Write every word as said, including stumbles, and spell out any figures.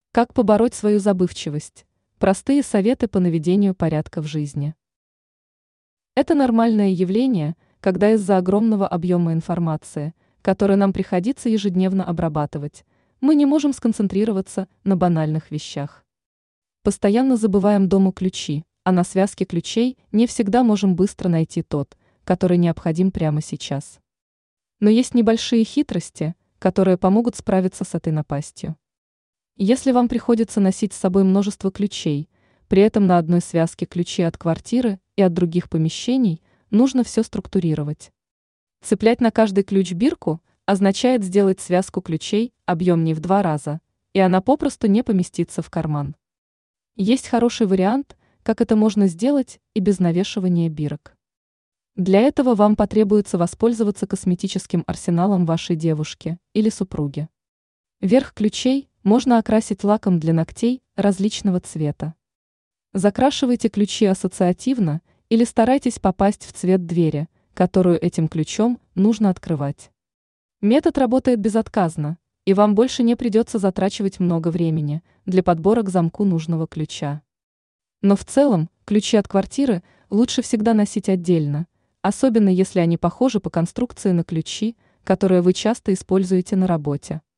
Как побороть свою забывчивость? Простые советы по наведению порядка в жизни. Это нормальное явление, когда из-за огромного объема информации, который нам приходится ежедневно обрабатывать, мы не можем сконцентрироваться на банальных вещах. Постоянно забываем дома ключи, а на связке ключей не всегда можем быстро найти тот, который необходим прямо сейчас. Но есть небольшие хитрости, которые помогут справиться с этой напастью. Если вам приходится носить с собой множество ключей, при этом на одной связке ключи от квартиры и от других помещений, нужно все структурировать. Цеплять на каждый ключ бирку означает сделать связку ключей объемнее в два раза, и она попросту не поместится в карман. Есть хороший вариант, как это можно сделать и без навешивания бирок. Для этого вам потребуется воспользоваться косметическим арсеналом вашей девушки или супруги. Верх ключей можно окрасить лаком для ногтей различного цвета. Закрашивайте ключи ассоциативно или старайтесь попасть в цвет двери, которую этим ключом нужно открывать. Метод работает безотказно, и вам больше не придется затрачивать много времени для подбора к замку нужного ключа. Но в целом, ключи от квартиры лучше всегда носить отдельно, особенно если они похожи по конструкции на ключи, которые вы часто используете на работе.